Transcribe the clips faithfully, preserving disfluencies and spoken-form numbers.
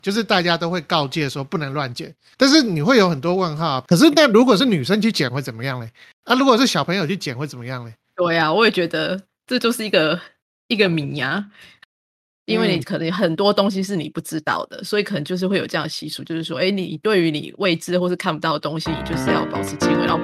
就是大家都会告诫说不能乱捡，但是你会有很多问号。可是那如果是女生去捡会怎么样嘞？啊，如果是小朋友去捡会怎么样嘞？ 对啊，我也觉得这就是一个一个谜啊，因为你可能很多东西是你不知道的，所以可能就是会有这样的习俗，就是说，哎，你对于你未知或是看不到的东西，你就是要保持敬畏，然后。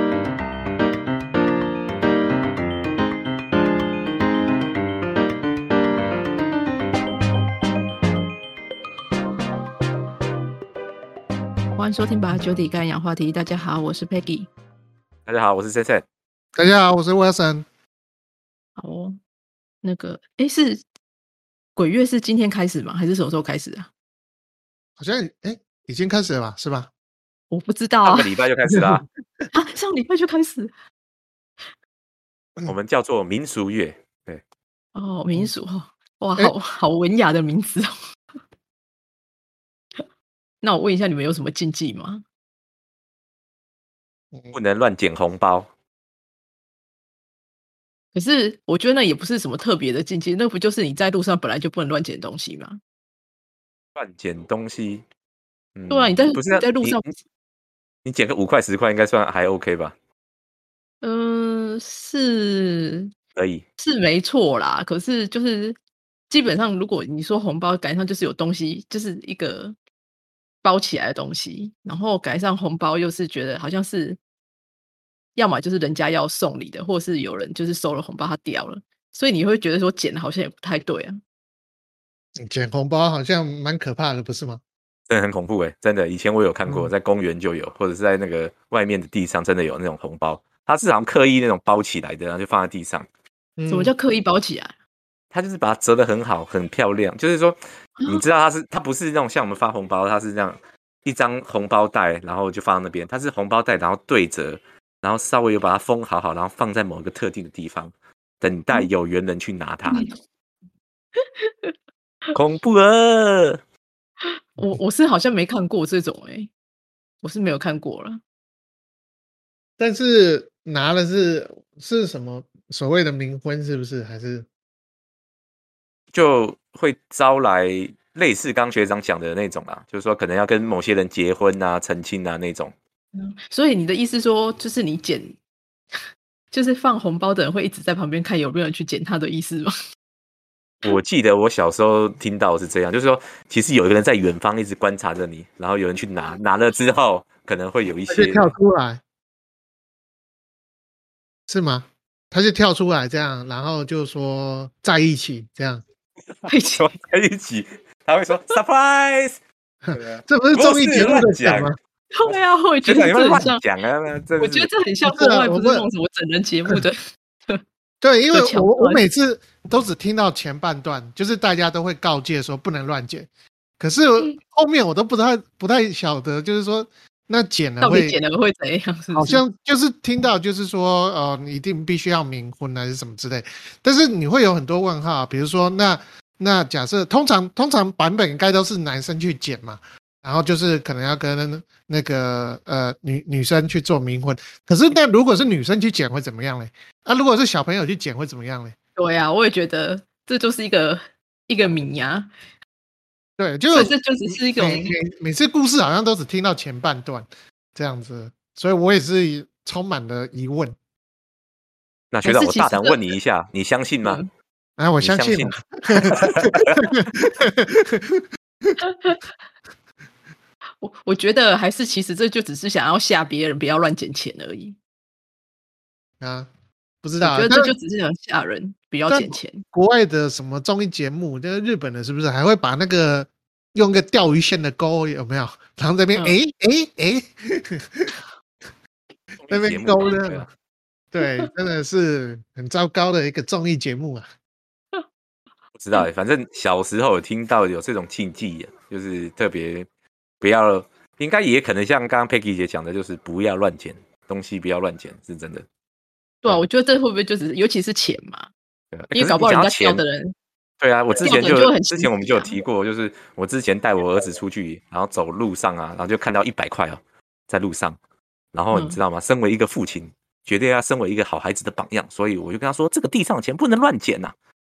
欢迎收听吧九底干氧话题。大家好，我是 Peggy。 大家好，我是 C C。 大家好，我是 Wilson。 好哦，那个，哎，是鬼月是今天开始吗？还是什么时候开始啊？ 好像哎已经开始了吧？是吧？ 我不知道啊。 上个礼拜就开始啦、 啊。啊，上礼拜就开始。 我们叫做民俗月。对。 哦，民俗哦，哇，好好文雅的名字哦。那我问一下，你们有什么禁忌吗？ 不能乱捡红包。 可是我觉得那也不是什么特别的禁忌，那不就是你在路上本来就不能乱捡东西吗？ 乱捡东西， 嗯，对啊，你在不是你在路上， 你, 你捡个五块十块应该算还 OK 吧？ 嗯、呃，是可以， 是没错啦。可是就是基本上，如果你说红包，感觉上就是有东西，就是一个包起来的东西，然后改上红包又是觉得好像是。要么就是人家要送礼的，或是有人就是收了红包他掉了，所以你会觉得说捡的好像也不太对啊。 捡红包好像蛮可怕的，不是吗？ 真的很恐怖哎、欸，真的。以前我有看过，在公园就有，或者是在那个外面的地上，真的有那种红包，它是好像刻意那种包起来的，然后就放在地上。 什么叫刻意包起来？ 它就是把它折得很好，很漂亮。就是说，你知道它是它不是那种像我们发红包，它是这样一张红包袋，然后就放在那边。它是红包袋，然后对折。然后稍微有把它封好好，然后放在某一个特定的地方，等待有缘人去拿它。嗯、恐怖了！ 我我是好像没看过这种哎、欸，我是没有看过了。 但是拿的是是什么所谓的冥婚，是不是？还是就会招来类似刚学长讲的那种啦，就是说可能要跟某些人结婚啊、成亲啊那种。 嗯，所以你的意思说，就是你捡，就是放红包的人会一直在旁边看有没有人去捡他的意思吗？ 我记得我小时候听到是这样，就是说其实有一个人在远方一直观察着你，然后有人去拿，拿了之后可能会有一些跳出来，是吗？他就跳出来这样，然后就说在一起这样， 说在一起，他会说 surprise， 这不是综艺节目的讲吗？ 对啊，我觉得这很像讲啊， 我觉得这很像国外不是那种什么整人节目的。 对，因为我我每次都只听到前半段，就是大家都会告诫说不能乱捡，可是后面我都不太不太晓得，就是说那捡了会捡了会怎样？是不是好像就是听到就是说呃，你一定必须要冥婚还是什么之类，但是你会有很多问号，比如说那那假设通常通常版本应该都是男生去捡嘛。然后就是可能要跟那个呃女女生去做冥婚，可是那如果是女生去捡会怎么样嘞？啊，如果是小朋友去捡会怎么样嘞？ 对啊，我也觉得这就是一个一个谜啊。 对，就这就只是一种每每每次故事好像都只听到前半段这样子，所以我也是充满了疑问。 那学长，我大胆问你一下，你相信吗？ 嗯、啊，我相信。 我我觉得还是其实这就只是想要吓别人不要乱捡钱而已啊，不知道、啊， 我觉得这就只是想吓人不要捡钱。 国外的什么综艺节目，就是日本的，是不是还会把那个用个钓鱼线的钩有没有？然后这边哎哎哎，那边钩的，对，真的是很糟糕的一个综艺节目啊。 不知道哎、欸，反正小时候有听到有这种禁忌、啊，就是特别。不要，应该也可能像刚刚 Peggy 姐讲的，就是不要乱捡东西，不要乱捡，是真的。 对啊，我觉得这会不会就只是，尤其是钱嘛？对，因为搞不好人家掉的人。 对啊，我之前就, 就之前我们就有提过，就是我之前带我儿子出去，然后走路上啊，然后就看到一百块哦，在路上，然后你知道吗？嗯、身为一个父亲，绝对要身为一个好孩子的榜样，所以我就跟他说，这个地上的钱不能乱捡呐、啊。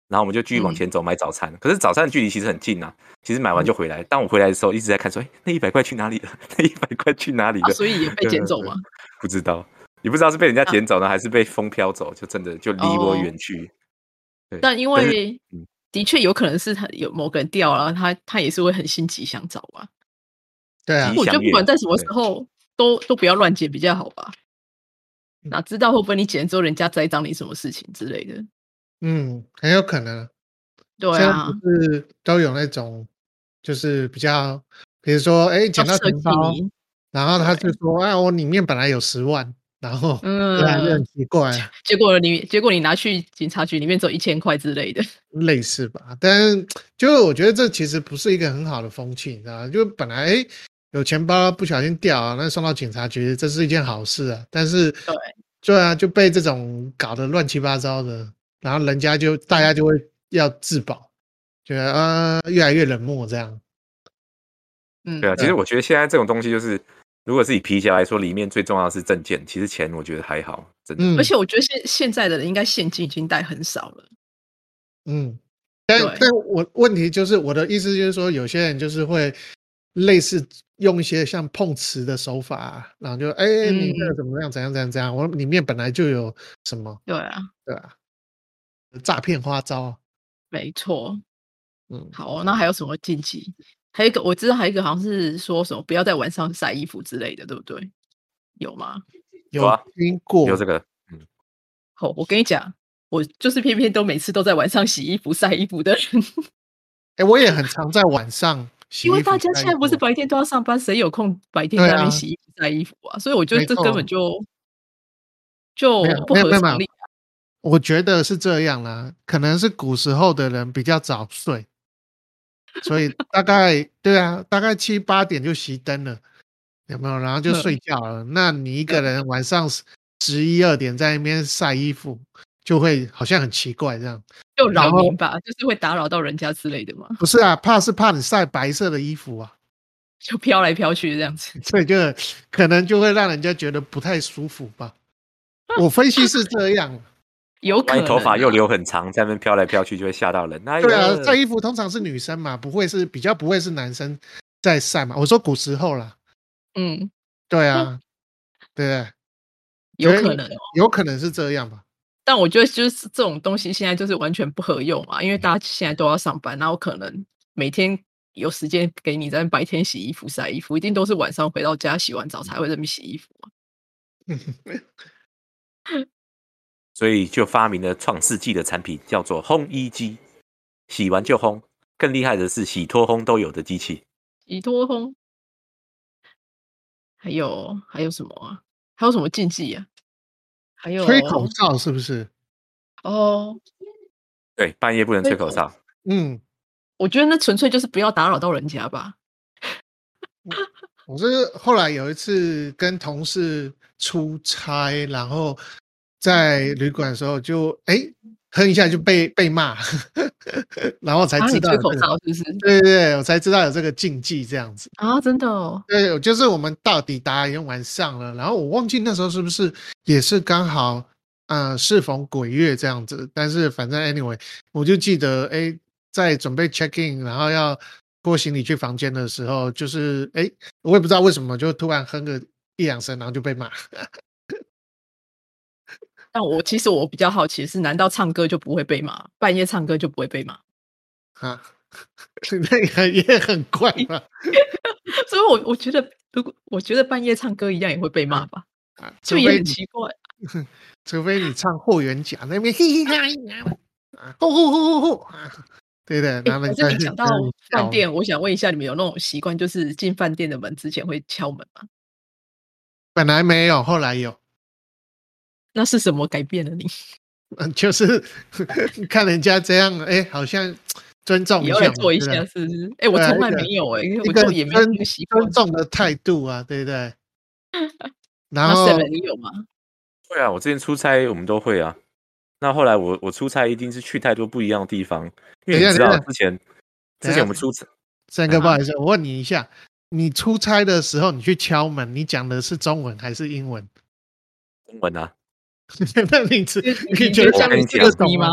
然后我们就继续往前走买早餐。嗯、可是早餐的距离其实很近啊，其实买完就回来。当我回来的时候，一直在看说，哎，那一百块去哪里了？那一百块去哪里了、啊？ 所以也被捡走吗？ 不知道，也不知道是被人家捡走呢，啊、还是被风飘走，就真的就离我远去。哦、对， 但因为的确有可能是他有某个人掉了，他他也是会很心急想找吧。 对啊， 我觉得不管在什么时候都都不要乱捡比较好吧。哪知道会不会你捡之后人家栽赃你什么事情之类的？ 嗯，很有可能。 对啊， 不是都有那种就是比较，比如说哎，捡到钱包，然后他就说啊，我里面本来有十万，然后嗯，就很奇怪、啊。 结果你结果你拿去警察局里面只有一千块之类的， 类似吧？但是就我觉得这其实不是一个很好的风气，你知道吗？就本来哎有钱包不小心掉了，那送到警察局，这是一件好事啊。但是对对啊，就被这种搞得乱七八糟的，然后人家就大家就会要自保，觉得呃越来越冷漠这样。 嗯，对啊，其实我觉得现在这种东西就是。如果是以皮夹来说，里面最重要的是证件，其实钱我觉得还好，真的。 嗯、而且我觉得现现在的人应该现金已经带很少了。 嗯，但但我问题就是我的意思就是说，有些人就是会类似用一些像碰瓷的手法，然后就哎、欸嗯、你这个怎么样怎样怎样怎样，我里面本来就有什么， 对啊对啊，诈骗花招， 没错。嗯，好，那还有什么禁忌？还有一个我知道，还有一个好像是说什么不要在晚上晒衣服之类的，对不对？有吗？ 有啊， 听过有这个。嗯， 好，我跟你讲，我就是偏偏都每次都在晚上洗衣服、晒衣服的人。 哎、欸，我也很常在晚上洗衣服， 因为大家现在不是白天都要上班，谁有空白天在那边洗衣服、晒衣服啊？所以我觉得这根本就就不合常理、啊。 我觉得是这样啦，可能是古时候的人比较早睡。所以大概对啊，大概七八点就熄灯了，有没有？然后就睡觉了。嗯、那你一个人晚上十一二点在那边晒衣服，就会好像很奇怪这样。 就扰民吧，就是会打扰到人家之类的嘛。 不是啊，怕是怕你晒白色的衣服啊， 就飘来飘去这样子。 所以就可能就会让人家觉得不太舒服吧。我分析是这样。 有可能、啊， 头发又留很长，在那边飘来飘去，就会吓到人。 对啊，晒衣服通常是女生嘛，不会是比较不会是男生在晒嘛。我说古时候啦， 嗯， 对啊，对， 有可能、哦， 有可能是这样吧。 但我觉得就是这种东西现在就是完全不合用嘛，因为大家现在都要上班，然后可能每天有时间给你在白天洗衣服、晒衣服，一定都是晚上回到家洗完澡才会在那边洗衣服嘛。 所以就发明了创世纪的产品，叫做烘衣机，洗完就烘。更厉害的是洗脱烘都有的机器。 洗脱烘，还有还有什么啊？还有什么禁忌啊？还有吹口哨是不是？ 哦， 对，半夜不能吹口哨。 嗯， 我觉得那纯粹就是不要打扰到人家吧。 我是后来有一次跟同事出差，然后在旅馆的时候就哎哼一下就被被骂，然后才知道、 这个啊、吹口哨是不是？ 对对对，我才知道有这个禁忌这样子啊，真的哦。 对，就是我们到抵达已经晚上了，然后我忘记那时候是不是也是刚好呃适逢鬼月这样子，但是反正 anyway 我就记得哎在准备 check in， 然后要拖行李去房间的时候，就是哎，我也不知道为什么，就突然哼个一两声，然后就被骂。 但我其实我比较好奇的是，难道唱歌就不会被骂？半夜唱歌就不会被骂？ 啊，那个也很怪嘛。 所以我我觉得，如果我觉得半夜唱歌一样也会被骂吧，啊、就也很奇怪。 除非你唱霍元甲那边嘿嘿嘿，呼呼呼呼呼。对的，然后可是你讲到饭店，我想问一下，你们有那种习惯，就是进饭店的门之前会敲门吗？ 本来没有，后来有。 那是什么改变了你？ 嗯，就是看人家这样，哎，好像尊重一下， 来做一下，是不是？哎，我从来没有哎、欸，我就也没有那个习惯， 尊重的态度啊，对不对？然后你有吗？ 会啊，我之前出差我们都会啊。那后来我我出差一定是去太多不一样的地方，因为你知道之前之前我们出差， 三哥不好意思，我问你一下，你出差的时候你去敲门，你讲的是中文还是英文？ 中文啊。 那你你觉得像你这个吗？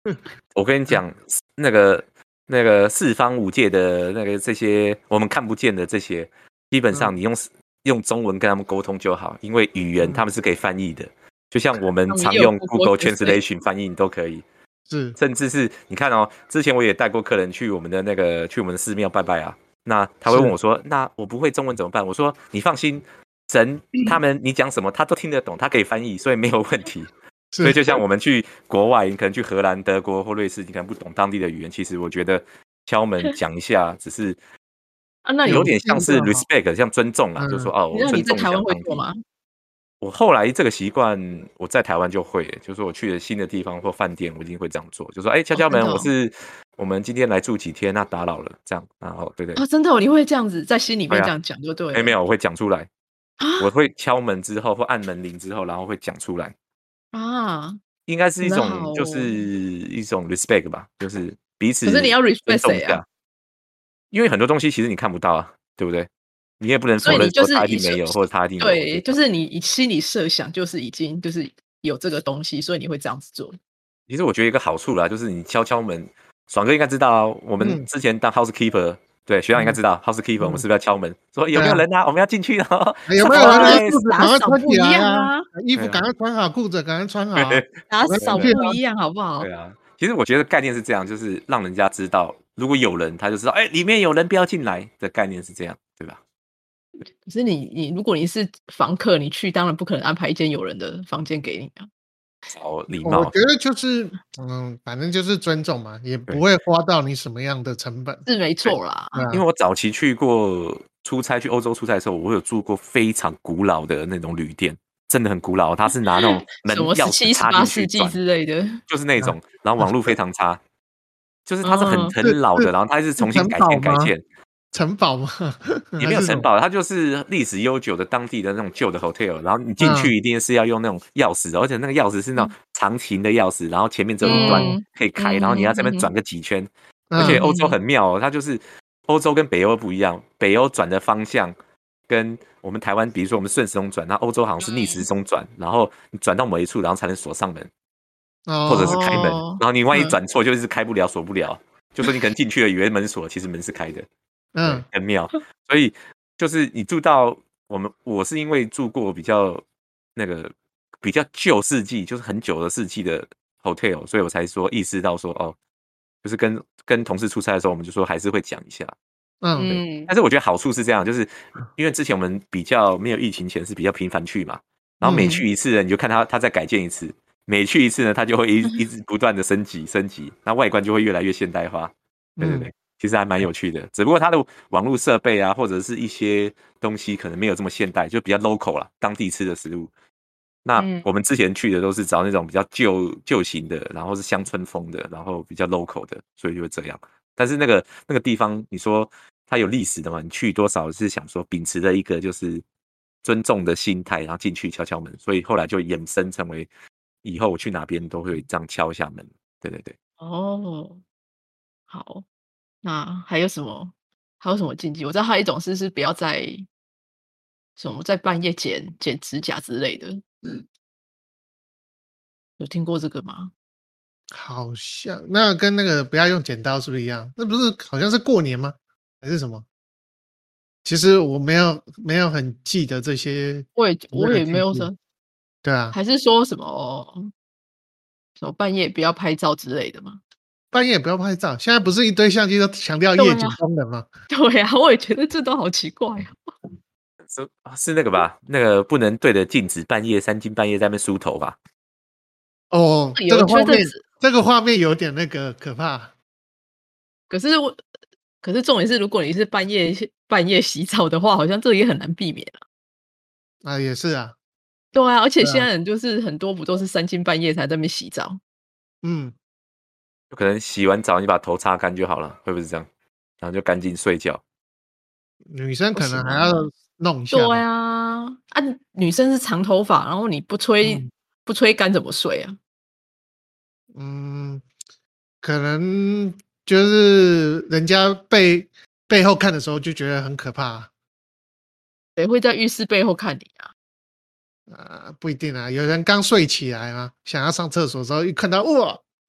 我跟你讲，那个那个四方五界的那个这些我们看不见的这些，基本上你用、嗯、用中文跟他们沟通就好，因为语言他们是可以翻译的，就像我们常用 Google Translation 翻译都可以。 是， 甚至是你看哦，之前我也带过客人去我们的那个去我们的寺庙拜拜啊，那他会问我说：“那我不会中文怎么办？”我说：“你放心，神他们你讲什么他都听得懂，他可以翻译，所以没有问题。”所以就像我们去国外，你可能去荷兰、德国或瑞士，你可能不懂当地的语言，其实我觉得敲门讲一下，只是啊，那有点像是 respect， 像尊重啊，嗯、就说哦，我尊重一下你在台湾会做吗？ 我后来这个习惯，我在台湾就会，就是我去了新的地方或饭店，我一定会这样做，就说：“哎、欸，敲敲门，哦、我是我们今天来住几天，那打扰了。”这样，然后对对啊，真的、哦，你会这样子在心里面这样讲就对了。 没、啊欸、没有，我会讲出来，啊、我会敲门之后或按门铃之后，然后会讲出来啊，应该是一种、哦、就是一种 respect 吧，就是彼此。 可是你要 respect 谁啊？ 因为很多东西其实你看不到啊，对不对？你也不能否认说他一定没有，或者他一定有。 对，就是你心里设想，就是已经就是有这个东西，所以你会这样子做。 其实我觉得一个好处啦，就是你敲敲门，爽哥应该知道啊。我们之前当 housekeeper，、嗯、对学长应该知道、嗯、housekeeper，、嗯、我们是不是要敲门，说有没有人啊？啊我们要进去了。 有没有人啊？裤子打扫不一样啊， 衣服赶快穿好，裤子赶快穿好、啊， 打扫不一样，好不好？ 对啊，其实我觉得概念是这样，就是让人家知道，如果有人，他就知道，哎、欸，里面有人，不要进来的概念是这样，对吧？ 可是你你如果你是房客，你去当然不可能安排一间有人的房间给你啊。 找礼貌， 我觉得就是嗯，反正就是尊重嘛，也不会花到你什么样的成本， 是没错啦。 因为我早期去过出差，去欧洲出差的时候，我有住过非常古老的那种旅店，真的很古老，它是拿那种门钥匙插进去转之类的， 就是那种，然后网络非常差，就是它是很、嗯、很老的，然后它是重新改建改建。 城堡吗？ 也没有城堡，它就是历史悠久的当地的那种旧的 hotel， 然后你进去一定是要用那种钥匙，而且那个钥匙是那种长形的钥匙，然后前面只有一端可以开，嗯、然后你要在那边转个几圈。嗯、而且欧洲很妙哦，它就是欧洲跟北欧不一样，北欧转的方向跟我们台湾，比如说我们顺时钟转，那欧洲好像是逆时钟转，然后你转到某一处，然后才能锁上门，哦、或者是开门，然后你万一转错，就是开不了锁不了，就说你可能进去了以为门锁，其实门是开的。嗯，很妙，所以就是你住到我们，我是因为住过比较那个比较旧世纪，就是很久的世纪的 hotel， 所以我才说意识到说哦，就是跟跟同事出差的时候，我们就说还是会讲一下，嗯，但是我觉得好处是这样，就是因为之前我们比较没有疫情前是比较频繁去嘛，然后每去一次呢，你就看他他再改建一次，每去一次呢，他就会一一直不断的升级升级，那外观就会越来越现代化，对对对。嗯其实还蛮有趣的，只不过它的网络设备啊，或者是一些东西可能没有这么现代，就比较 local 啦，当地吃的食物。那我们之前去的都是找那种比较旧旧型的，然后是乡村风的，然后比较 local 的，所以就会这样。但是那个那个地方，你说它有历史的嘛？你去多少是想说秉持的一个就是尊重的心态，然后进去敲敲门，所以后来就衍生成为以后我去哪边都会这样敲一下门。对对对。 哦，好。那还有什么？还有什么禁忌？我知道还有一种是是不要在什么在半夜剪剪指甲之类的。嗯，有听过这个吗？ 好像那跟那个不要用剪刀是不是一样？那不是好像是过年吗？还是什么？其实我没有没有很记得这些， 我也我也没有说。 对啊， 还是说什么什么半夜不要拍照之类的吗？ 半夜不要拍照，现在不是一堆相机都强调夜景功能吗？ 对啊，我也觉得这都好奇怪啊。 是是那个吧？那个不能对着镜子半夜三更半夜在那边梳头吧？ 哦，这个画面，这个画面有点那个可怕。 可是我，可是重点是，如果你是半夜半夜洗澡的话，好像这也很难避免啊。啊，也是啊。 对啊，而且现在人就是很多不都是三更半夜才在那边洗澡？ 嗯。 可能洗完澡你把头擦干就好了，会不会是这样？然后就赶紧睡觉。 女生可能还要弄一下。 对啊，啊，女生是长头发，然后你不吹、嗯、不吹干怎么睡啊？ 嗯，可能就是人家背背后看的时候就觉得很可怕。 谁会在浴室背后看你啊？ 呃，不一定啊，有人刚睡起来嘛，想要上厕所的时候，一看到哇，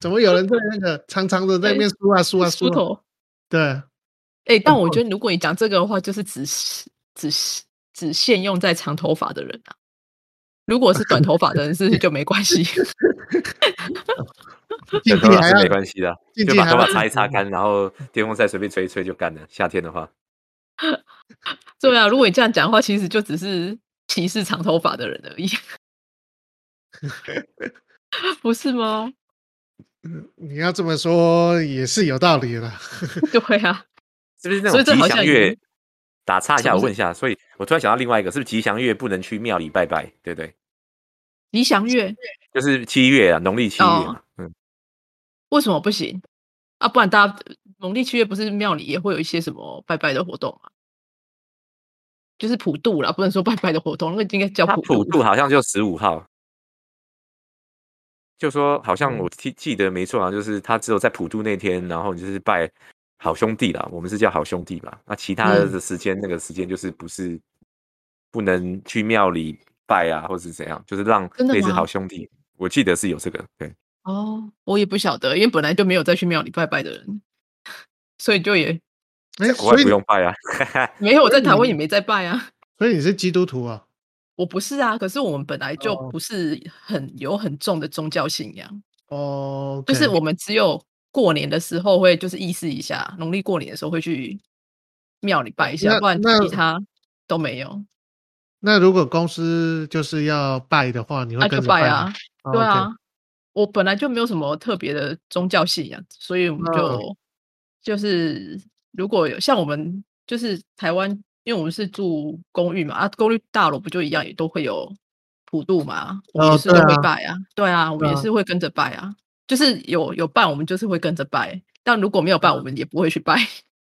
怎么有人在那个长长的在那边梳啊梳啊梳啊？ 梳头。 对， 哎、但我觉得如果你讲这个的话，就是只只只限用在长头发的人啊。如果是短头发的人，是不是就没关系？ 短头发是禁忌还要没关系的， 禁忌还要就把头发擦一擦干，然后电风扇随便吹一吹就干了。夏天的话， 对啊，如果你这样讲的话，其实就只是歧视长头发的人而已，不是吗？ 你要这么说也是有道理了。 对啊， 是不是那所以这种吉好像也祥月？打岔一下， 什么是我问一下，所以我突然想到另外一个，是不是吉祥月不能去庙里拜拜，对不对？ 吉祥月就是七月啊，农历七月哦嘛，嗯， 为什么不行啊？不然大家农历七月不是庙里也会有一些什么拜拜的活动吗？就是普渡啦，不能说拜拜的活动，那个应该叫它普渡。 普渡好像就十五号，就说好像我记记得没错啊，就是他只有在普渡那天，然后你就是拜好兄弟啦，我们是叫好兄弟嘛。那其他的时间、嗯、那个时间就是不是不能去庙里拜啊，或者是怎样，就是让类似好兄弟。我记得是有这个，对。 哦，我也不晓得，因为本来就没有再去庙里拜拜的人，所以就也在国外不用拜啊。 没有，我在台湾也没在拜啊。 所以你是基督徒啊？ 我不是啊，可是我们本来就不是很有很重的宗教信仰哦， okay. 就是我们只有过年的时候会就是意思一下，农历过年的时候会去庙里拜一下，不然其他都没有。 那如果公司就是要拜的话，你会跟着拜吗？ 啊拜啊，对啊。Okay. 我本来就没有什么特别的宗教信仰，所以我们就、哦、就是如果有像我们就是台湾，因为我们是住公寓嘛，啊，公寓大楼不就一样，也都会有普渡嘛，我们也是都会拜啊，哦、对, 啊对啊，我们也是会跟着拜啊，就是有有办，我们就是会跟着拜，但如果没有办，我们也不会去拜。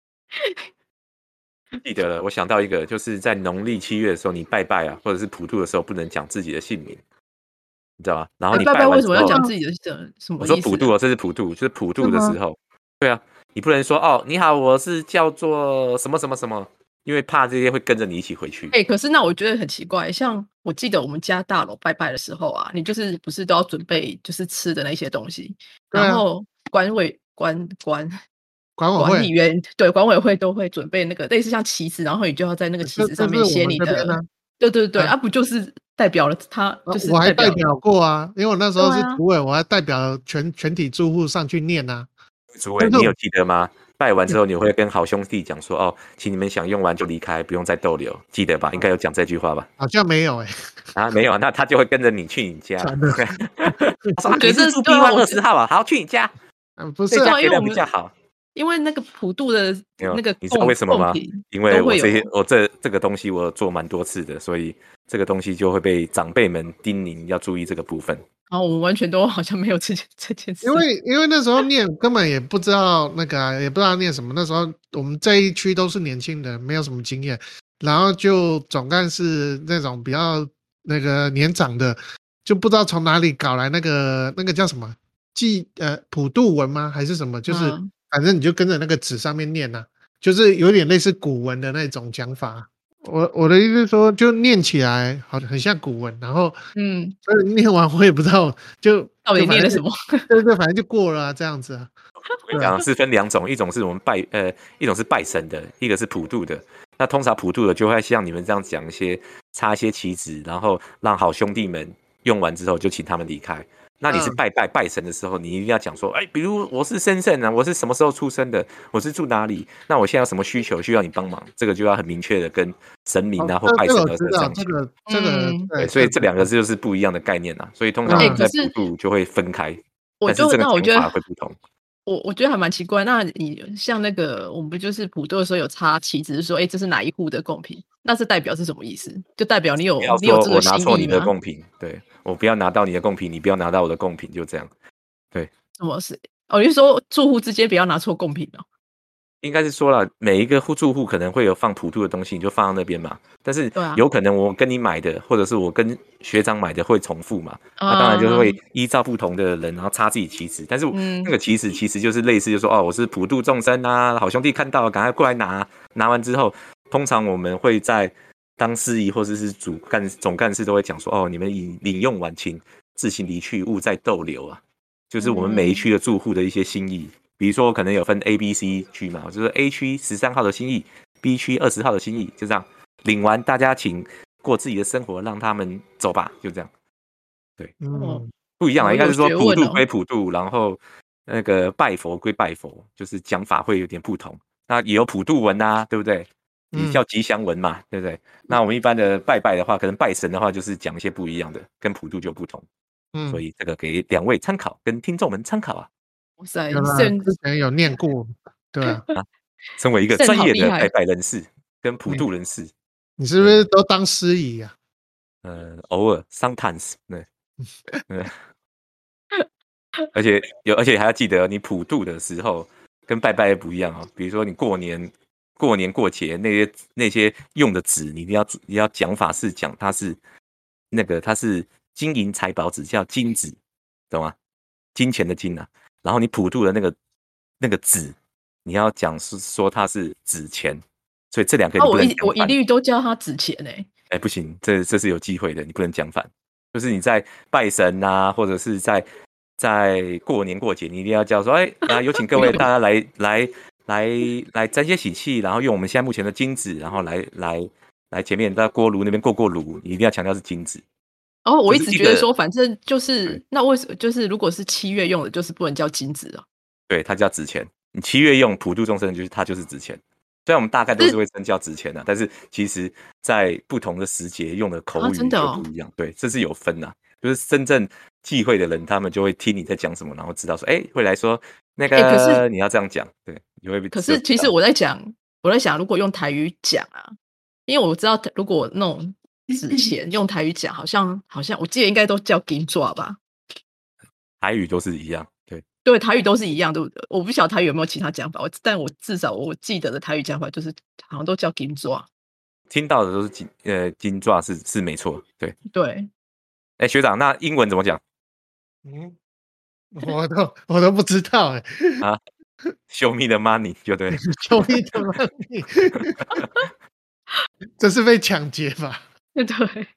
记得了，我想到一个，就是在农历七月的时候，你拜拜啊，或者是普渡的时候，不能讲自己的姓名。你知道吗？然后你拜拜为什么要讲自己的什么意思？ 我说普渡哦，这是普渡，就是普渡的时候。对啊，你不能说哦，你好，我是叫做什么什么什么，因为怕这些会跟着你一起回去。 哎、欸，可是那我觉得很奇怪，像我记得我们家大楼拜拜的时候啊，你就是不是都要准备就是吃的那些东西，啊、然后管委管管管委会管理员对管委会都会准备那个类似像旗子，然后你就要在那个旗子上面写你的。对对对，啊, 啊不就是代表了他就是我还代表过啊，因为我那时候是主委，啊、我还代表全全体住户上去念啊。 主委，你有记得吗？拜完之后你会跟好兄弟讲说，哦，请你们享用完就离开，不用再逗留，记得吧？应该有讲这句话吧？ 好像没有哎、 欸。啊，没有，那他就会跟着你去你家。 他说你是住 B 一二十号啊，好去你家。 嗯，不是、 啊，这样给的比较好。 因为那个普渡的那个， 你知道为什么吗？因为我这些我这这个东西我做蛮多次的，所以这个东西就会被长辈们叮咛要注意这个部分。 啊，我们完全都好像没有这件这件事。 因为因为那时候念根本也不知道那个、啊，也不知道念什么。那时候我们这一区都是年轻人，没有什么经验，然后就总干事那种比较那个年长的，就不知道从哪里搞来那个那个叫什么记呃普渡文吗？还是什么？就是。嗯，反正你就跟着那个纸上面念啊，就是有点类似古文的那种讲法。我我的意思是说，就念起来好很像古文，然后嗯，所以念完我也不知道就到底念了什么， 对对，反正就过了啊，这样子啊。 我跟你讲是分两种，一种是我们拜呃，一种是拜神的，一个是普渡的。那通常普渡的就会像你们这样讲一些插一些旗子，然后让好兄弟们用完之后就请他们离开。那你是拜拜拜神的时候，你一定要讲说，哎，比如我是生圣啊，我是什么时候出生的，我是住哪里，那我现在有什么需求需要你帮忙，这个就要很明确的跟神明啊、哦、或拜神的这样讲。 这个这个、 嗯、对，所以这两个就是不一样的概念啊，所以通常我们在普渡就会分开， 我但是这个讲法会不同。 我我觉得还蛮奇怪，那你像那个我们不就是普渡的时候有插旗子，说哎这是哪一户的贡品，那是代表是什么意思？就代表你有你有这个心意吗？ 我拿错你的贡品，对我不要拿到你的贡品，你不要拿到我的贡品，就这样。对， 什么是？哦，你是说住户之间不要拿错贡品哦？ 应该是说了，每一个户住户可能会有放普渡的东西，你就放到那边嘛。但是有可能我跟你买的，或者是我跟学长买的会重复嘛。那、啊、当然就是会依照不同的人，然后插自己旗子。但是那个旗子其实就是类似，就说哦，我是普渡众生啊，好兄弟看到，赶快过来拿。拿完之后，通常我们会在当司仪或者是主干总干事都会讲说，哦，你们领领用完请自行离去，勿再逗留啊。 就是我们每一区的住户的一些心意。比如说可能有分 A、B、C 区嘛，就是 A 区十三号的心意 ，B 区二十号的心意，就这样领完，大家请过自己的生活，让他们走吧，就这样。对， 嗯， 不一样啊，应该是说普渡归普渡， 哦、 然后那个拜佛归拜佛，就是讲法会有点不同。那也有普渡文啊，对不对？也叫吉祥文嘛，嗯、对不对？那我们一般的拜拜的话，可能拜神的话，就是讲一些不一样的，跟普渡就不同。嗯，所以这个给两位参考，跟听众们参考啊。 哇塞， 之前有念过，对啊。 啊，身为一个专业的拜拜人士跟普渡人士， 你, 你是不是都当司仪啊？ 呃，偶尔 ，sometimes， 对，对。而且有，而且还要记得，你普渡的时候跟拜拜不一样哦。比如说你过年、过年过节那些那些用的纸，你一定要你要讲法是讲它是那个它是金银财宝纸，叫金纸，懂吗？金钱的金啊。然后你普渡的那个那个纸，你要讲是说它是纸钱，所以这两个你不能讲反。 我一我一律都叫它纸钱哎、欸。 哎，不行，这这是有忌讳的，你不能讲反。就是你在拜神啊，或者是在在过年过节，你一定要叫说，哎，那有请各位大家来来来来沾些喜气，然后用我们现在目前的金纸，然后来来来前面在锅炉那边过过炉，你一定要强调是金纸。 哦，我一直觉得说，反正就是那为什么就是如果是七月用的，就是不能叫金纸啊？ 对，它叫纸钱。你七月用普渡众生，就是它就是纸钱。虽然我们大概都是会称叫纸钱的，但是其实在不同的时节用的口语就不一样。啊哦、对，这是有分的、啊。就是真正忌讳的人，他们就会听你在讲什么，然后知道说，哎，会来说那个、欸、你要这样讲，对，你会。 可是其实我在讲，我在想，如果用台语讲啊，因为我知道如果那种纸钱用台语讲，好像好像我记得应该都叫金抓吧。 台语都是一样。 对，台语都是一样，对不对？我不晓得台语有没有其他讲法，但我至少我记得的台语讲法就是好像都叫金抓， 听到的都是金呃金抓是是没错，对对。 哎，学长，那英文怎么讲？ 嗯，我都我都不知道哎、 欸。啊 ，Show me the money 就对 ，Show me the money， 这是被抢劫吧？ 对。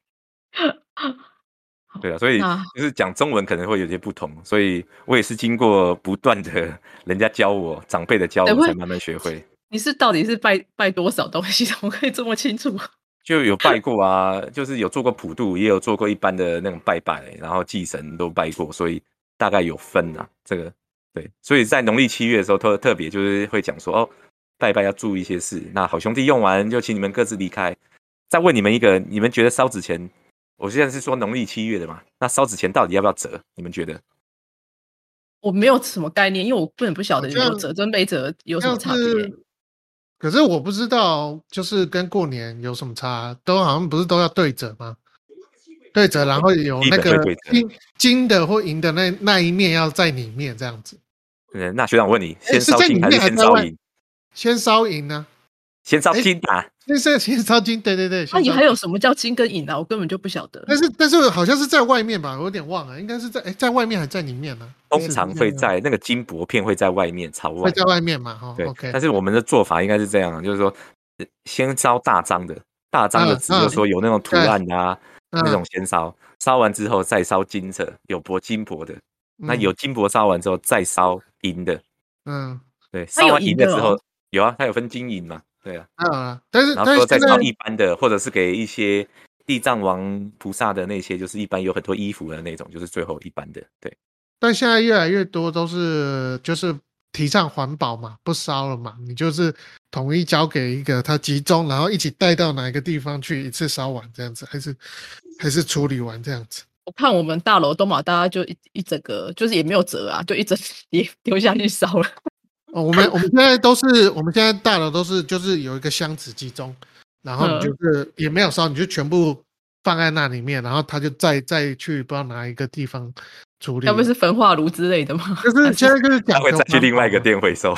对啊，所以就是讲中文可能会有些不同，所以我也是经过不断的人家教我，长辈的教我，才慢慢学会。 你是到底是拜拜多少东西，怎么可以这么清楚？ 就有拜过啊，就是有做过普渡，也有做过一般的那种拜拜，然后祭神都拜过，所以大概有分啊。这个对，所以在农历七月的时候特特别就是会讲说哦，拜拜要注意一些事。那好兄弟用完就请你们各自离开。再问你们一个，你们觉得烧纸钱？我现在是说农历七月的嘛，那烧纸钱到底要不要折？你们觉得？ 我没有什么概念，因为我根本不晓得有折跟没折有什么差别。 可是我不知道，就是跟过年有什么差？都好像不是都要对折吗？对折，然后有那个金金的或银的那那一面要在里面这样子。 嗯，那学长我问你，先烧金还是先烧银？ 先烧银呢？ 先烧金啊！ 先是先烧金，对对对。 那你还有什么叫金跟银啊？我根本就不晓得。 但是但是好像是在外面吧，我有点忘了，应该是在哎在外面还是在里面呢？ 通常会在那个金箔片会在外面朝外， 会在外面嘛？哈、哦， 对。 OK。 但是我们的做法应该是这样，就是说先烧大张的，大张的纸，就是说有那种图案的啊，嗯、那种先烧，烧完之后再烧金色，有箔金箔的。嗯、那有金箔烧完之后再烧银的，嗯，对。烧完银的之后，有, 有啊，它有分金银嘛。对啊， 啊，但是然后说再烧一般的，或者是给一些地藏王菩萨的那些，就是一般有很多衣服的那种，就是最后一般的。对， 但现在越来越多都是就是提倡环保嘛，不烧了嘛，你就是统一交给一个他集中，然后一起带到哪一个地方去一次烧完这样子，还是还是处理完这样子。 我看我们大楼东马大家就一一整个就是也没有折啊，就一整丢丢下去烧了。 哦，我们我们现在都是，我们现在大楼都是，就是有一个箱子集中，然后你就是也没有烧，你就全部放在那里面，然后他就再再去不知道哪一个地方处理。 要不是焚化炉之类的吗？ 就是现在就是讲他会再去另外一个店回收。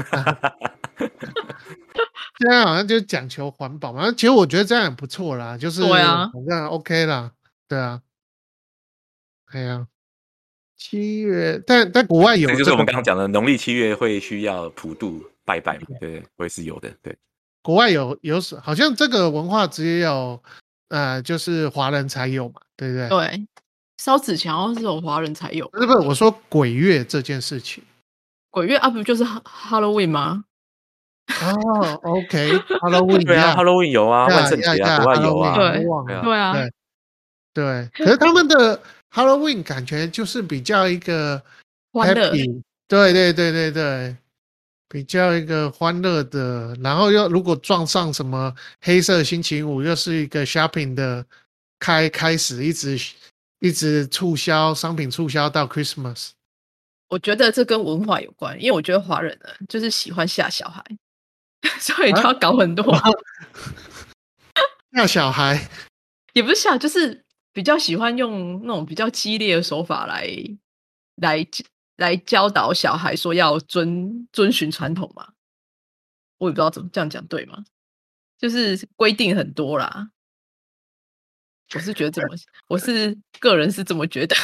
现在好像就是讲求环保嘛，其实我觉得这样也不错啦，就是对啊， 这样 OK 啦，对啊，对啊。七月，但但国外有、 这个，这就是我们刚刚讲的，农历七月会需要普渡拜拜嘛，对，会是有的，对。 国外有有，好像这个文化只有呃，就是华人才有嘛，对不对？ 对。 烧纸钱好像是有华人才有， 不是不是，我说鬼月这件事情。 鬼月啊，不就是 Halloween 吗？ 哦 ，OK，Halloween， 对啊呀 ，Halloween 有啊， 呀万圣节啊， 呀国外有啊， ，Halloween， 对我忘了， 对啊， 对对。可是他们的 Halloween 感觉就是比较一个欢乐 happy，对对对对对，比较一个欢乐的。然后又如果撞上什么黑色星期五，又是一个 shopping 的开开始，一直一直促销商品促销到 Christmas。 我觉得这跟文化有关，因为我觉得华人呢就是喜欢吓小孩，所以就啊要搞很多， 吓小孩， 也不是吓，就是比较喜欢用那种比较激烈的手法来来来教导小孩说要遵遵循传统嘛。我也不知道怎么这样讲对吗？就是规定很多啦。我是觉得这么，我是个人是这么觉得。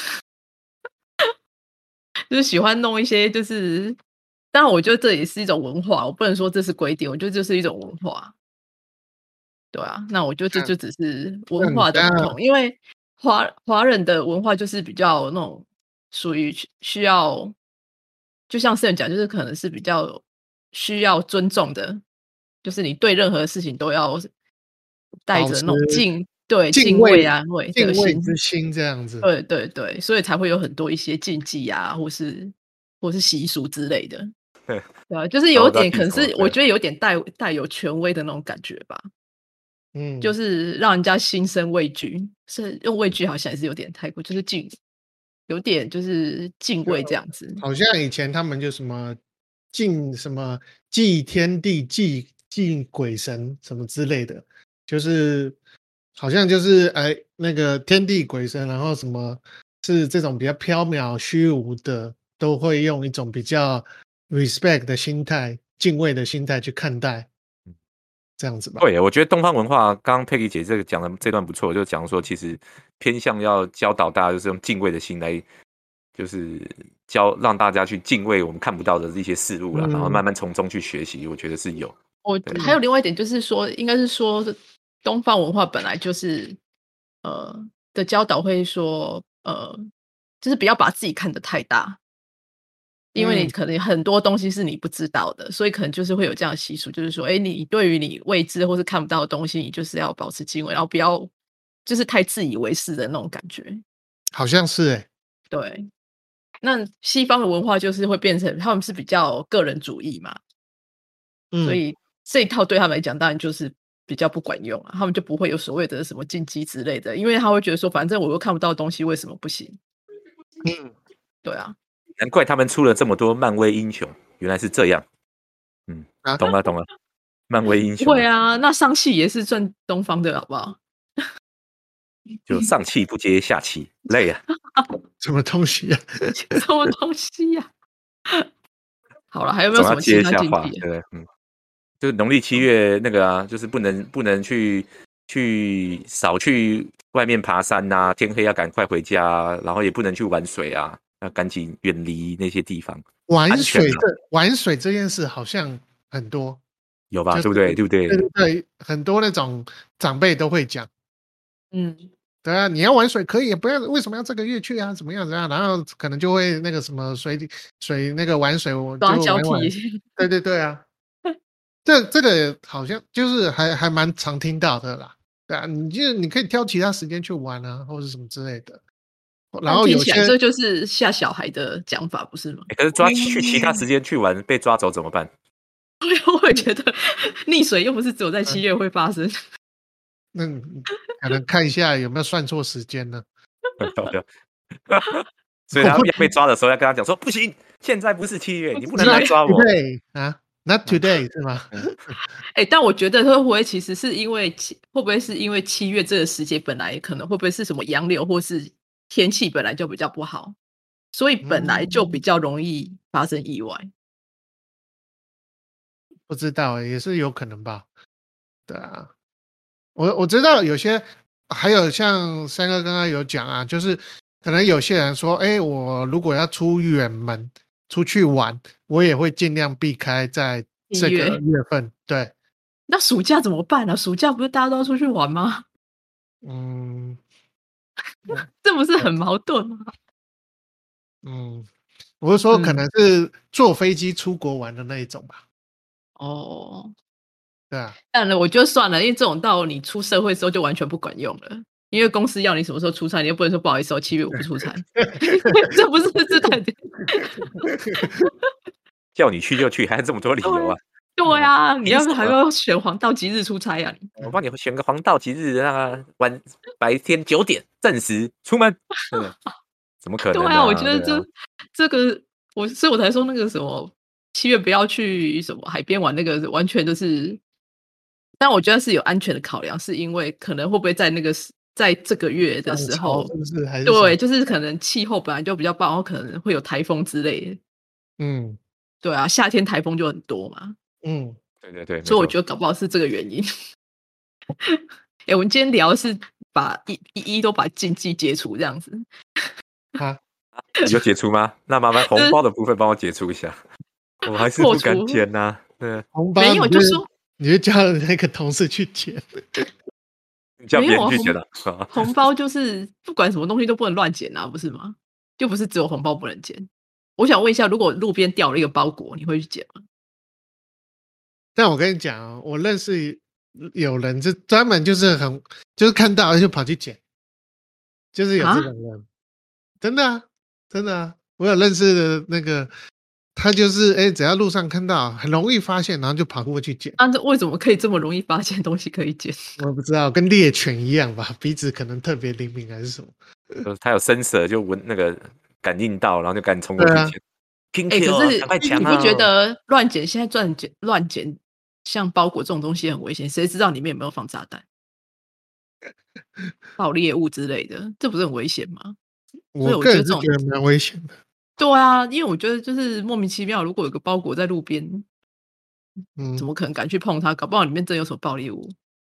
就是喜欢弄一些，就是当然，我觉得这也是一种文化，我不能说这是规定，我觉得这是一种文化。对啊，那我觉得这就只是文化的不同，因为华华人的文化就是比较那种属于需要，就像圣人讲，就是可能是比较需要尊重的，就是你对任何事情都要带着那种敬对敬畏啊、畏敬畏之心这样子。 对对对，所以才会有很多一些禁忌啊，或是或是习俗之类的。 对， 对啊，就是有点可能是我觉得有点带带有权威的那种感觉吧。 嗯， 就是让人家心生畏惧，是用畏惧好像也是有点太过，就是敬，有点就是敬畏这样子。 好像以前他们就什么敬什么祭天地、祭祭鬼神什么之类的，就是好像就是哎那个天地鬼神，然后什么是这种比较缥缈虚无的，都会用一种比较 respect 的心态、敬畏的心态去看待。这样子吧。 对，我觉得东方文化，刚刚佩奇姐这个讲的这段不错，就讲说其实偏向要教导大家，就是用敬畏的心来，就是教让大家去敬畏我们看不到的一些事物啦，嗯、然后慢慢从中去学习，我觉得是有。 我还有另外一点就是说，应该是说东方文化本来就是呃的教导会说，呃，就是不要把自己看得太大。因为你可能很多东西是你不知道的，嗯、所以可能就是会有这样的习俗，就是说，哎，你对于你未知或是看不到的东西，你就是要保持敬畏，然后不要就是太自以为是的那种感觉。 好像是哎、欸， 对。那西方的文化就是会变成他们是比较个人主义嘛，嗯、所以这一套对他们来讲，当然就是比较不管用啊，他们就不会有所谓的什么禁忌之类的，因为他会觉得说，反正我又看不到东西，为什么不行？嗯，对啊。 难怪他们出了这么多漫威英雄，原来是这样。嗯，啊、懂了懂了，漫威英雄。 会啊，那上汽也是赚东方的好不好？ 就上气不接下气，累啊！ 什么东西啊？ 什么东西呀、啊？好了，还有没有什么其他禁忌？ 对，嗯，就是农历七月那个啊，就是不能不能去去少去外面爬山啊，天黑要赶快回家、啊，然后也不能去玩水啊。要赶紧远离那些地方。 玩水的玩水这件事好像很多， 有吧？就是、对不对？对不对？ 对对对，很多那种长辈都会讲， 嗯， 对啊，你要玩水可以，不要为什么要这个月去啊？怎么样怎么样？然后可能就会那个什么水水那个玩水，我就玩玩。对对对啊，这这个好像就是还还蛮常听到的啦。对啊，你就你可以挑其他时间去玩啊，或者什么之类的。然后有些这就是吓小孩的讲法，不是吗？ 欸、可是抓去其他时间去玩，被抓走怎么办？ 我也觉得溺水又不是只有在七月会发生。 那可能看一下有没有算错时间呢？ 所以他要被抓的时候要跟他讲说，不行，现在不是七月，你不能来抓我。 对啊 ，Not today 是吗？ 哎、欸，但我觉得会不会其实是因为会不会是因为七月这个时节本来可能会不会是什么洋流或是？天气本来就比较不好，所以本来就比较容易发生意外。嗯、 不知道，也是有可能吧。对啊，我我知道有些，还有像三哥刚刚有讲啊，就是可能有些人说，哎、欸，我如果要出远门出去玩，我也会尽量避开在这个月份。对， 那暑假怎么办呢、啊？暑假不是大家都要出去玩吗？ 嗯。 这不是很矛盾吗？ 嗯，我是说可嗯， 能是坐飞机出国玩的那一种吧， 哦， 对啊， 当然了，我觉得算了，因为这种到你出社会之后就完全不管用了。因为公司要你什么时候出差，你又不能说不好意思，我七月我不出差，这不是这太叫你去就去，还有这么多理由啊！ 对啊，你要凭什么？ 还要选黄道吉日出差啊？你我帮你选个黄道吉日，那个晚白天九点正时出门，对不对？怎么可对啊，我能啊？ 觉得这对啊， 这个我所以我才说那个什么七月不要去什么海边玩，那个完全就是，但我觉得是有安全的考量，是因为可能会不会在那个时在这个月的涨时候， 潮是不是还是什对， 么？ 就是可能气候本来就比较不好，然后可能会有台风之类的。 嗯对啊，夏天台风就很多嘛， 嗯， 对对对，没错。 所以我觉得搞不好是这个原因。哎、我们今天聊的是把一一一都把禁忌解除这样子， 啊， 有解除吗？那麻烦就是红包的部分帮我解除一下，我还是破不敢除捡呐。对， 红包没有， 你就就说你就叫那个同事去捡， 你叫没有啊，红别人去捡了。 红包就是不管什么东西都不能乱捡啊，不是吗？就不是只有红包不能捡。我想问一下，如果路边掉了一个包裹，你会去捡吗？ 但我跟你讲哦，我认识有人就专门就是很就是看到就跑去捡，就是有这啊？ 种人，真的啊，真的啊，我有认识的那个，他就是哎，只要路上看到很容易发现，然后就跑过去捡。 那、这为什么可以这么容易发现东西可以捡？ 我不知道，跟猎犬一样吧，鼻子可能特别灵敏还是什么？ 就是他有伸舌，就闻那个感应到，然后就赶紧冲过对啊， 去捡。King 哎、可 Q 啊， 是赶快抢你不觉啊！ 得乱捡现在乱捡乱捡像包裹这种东西很危险？谁知道里面有没有放炸弹、爆裂物之类的？这不是很危险吗？所以我个我觉得这种人是觉得蛮危险的。 对啊，因为我觉得就是莫名其妙，如果有个包裹在路边，怎嗯， 么可能敢去碰它？搞不好里面真有什么爆裂物。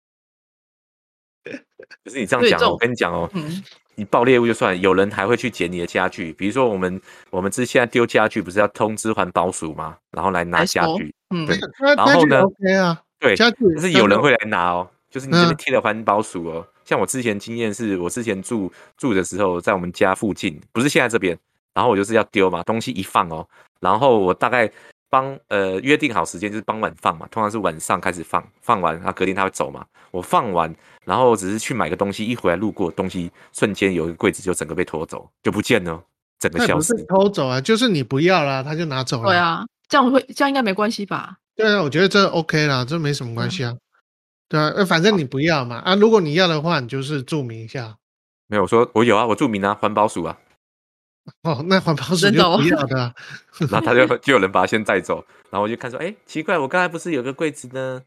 可是你这样讲哦，我所以这种跟你讲哦， 嗯， 你爆猎物就算了，有人还会去捡你的家具。比如说我们我们之现在丢家具，不是要通知环保署吗？然后来拿来说， 家具， 嗯， 对。 那家具然后呢， OK 啊， 对， 家具但是但是有人会来拿哦，就是你这边嗯， 贴了环保署哦。像我之前经验是，我之前住住的时候，在我们家附近，不是现在这边，然后我就是要丢嘛，东西一放哦，然后我大概帮呃约定好时间，就是傍晚放嘛，通常是晚上开始放，放完，然后隔天他会走嘛，我放完，然后只是去买个东西，一回来路过，东西瞬间有一个柜子就整个被拖走，就不见了哦，整个那也不是消失。 偷走啊，就是你不要啦，他就拿走了。 对啊，这样会这样应该没关系吧？ 对啊，我觉得这 OK 啦，这没什么对啊， 关系啊。对啊，呃反正你不要嘛，啊，如果你要的话，你就是注明一下。 没有，我说我有啊，我注明啊，环保署啊， 哦，那环保署真的哦。 就不要的啊。 然后他就就有人把它先带走，然后我就看说，哎，奇怪，我刚才不是有个柜子呢？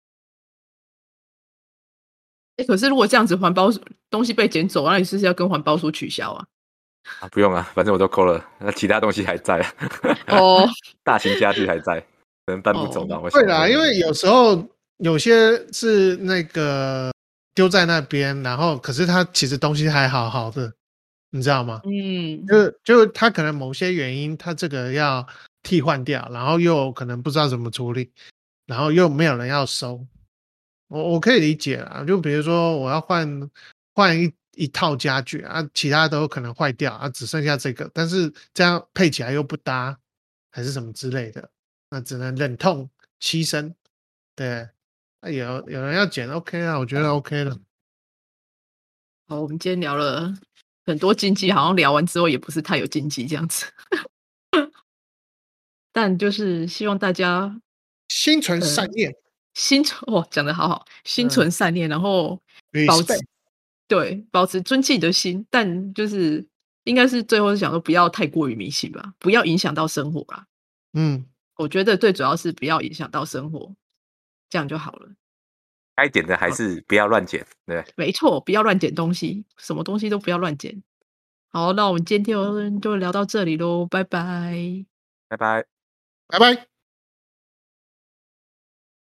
欸可是如果这样子环保署东西被捡走，那你是不是要跟环保署取消啊？ 啊，不用啊，反正我都抠了，那其他东西还在， 哦大型家具还在，可能搬不走吧。 哦， 我想对啦，因为有时候有些是那个丢在那边，然后可是他其实东西还好好的，你知道吗？ 嗯， 就就他可能某些原因，他这个要替换掉，然后又可能不知道怎么处理，然后又没有人要收，我我可以理解啦。就比如说我要换换一一套家具啊，其他都可能坏掉啊，只剩下这个，但是这样配起来又不搭，还是什么之类的，那只能忍痛牺牲。对，那有有人要捡 OK 啊，我觉得 OK 的。 好，我们今天聊了很多经济，好像聊完之后也不是太有经济这样子，但就是希望大家心存呃善念心存哦讲的好好，心嗯存善念，然后保持 ，respect， 对保持尊敬的心，但就是应该是最后是想说不要太过于迷信吧，不要影响到生活啦。 嗯， 我觉得最主要是不要影响到生活，这样就好了。 该点的还是不要乱捡，对， 没错，不要乱捡东西，什么东西都不要乱捡。好，那我们今天就就聊到这里喽，拜拜。 拜拜。 拜拜。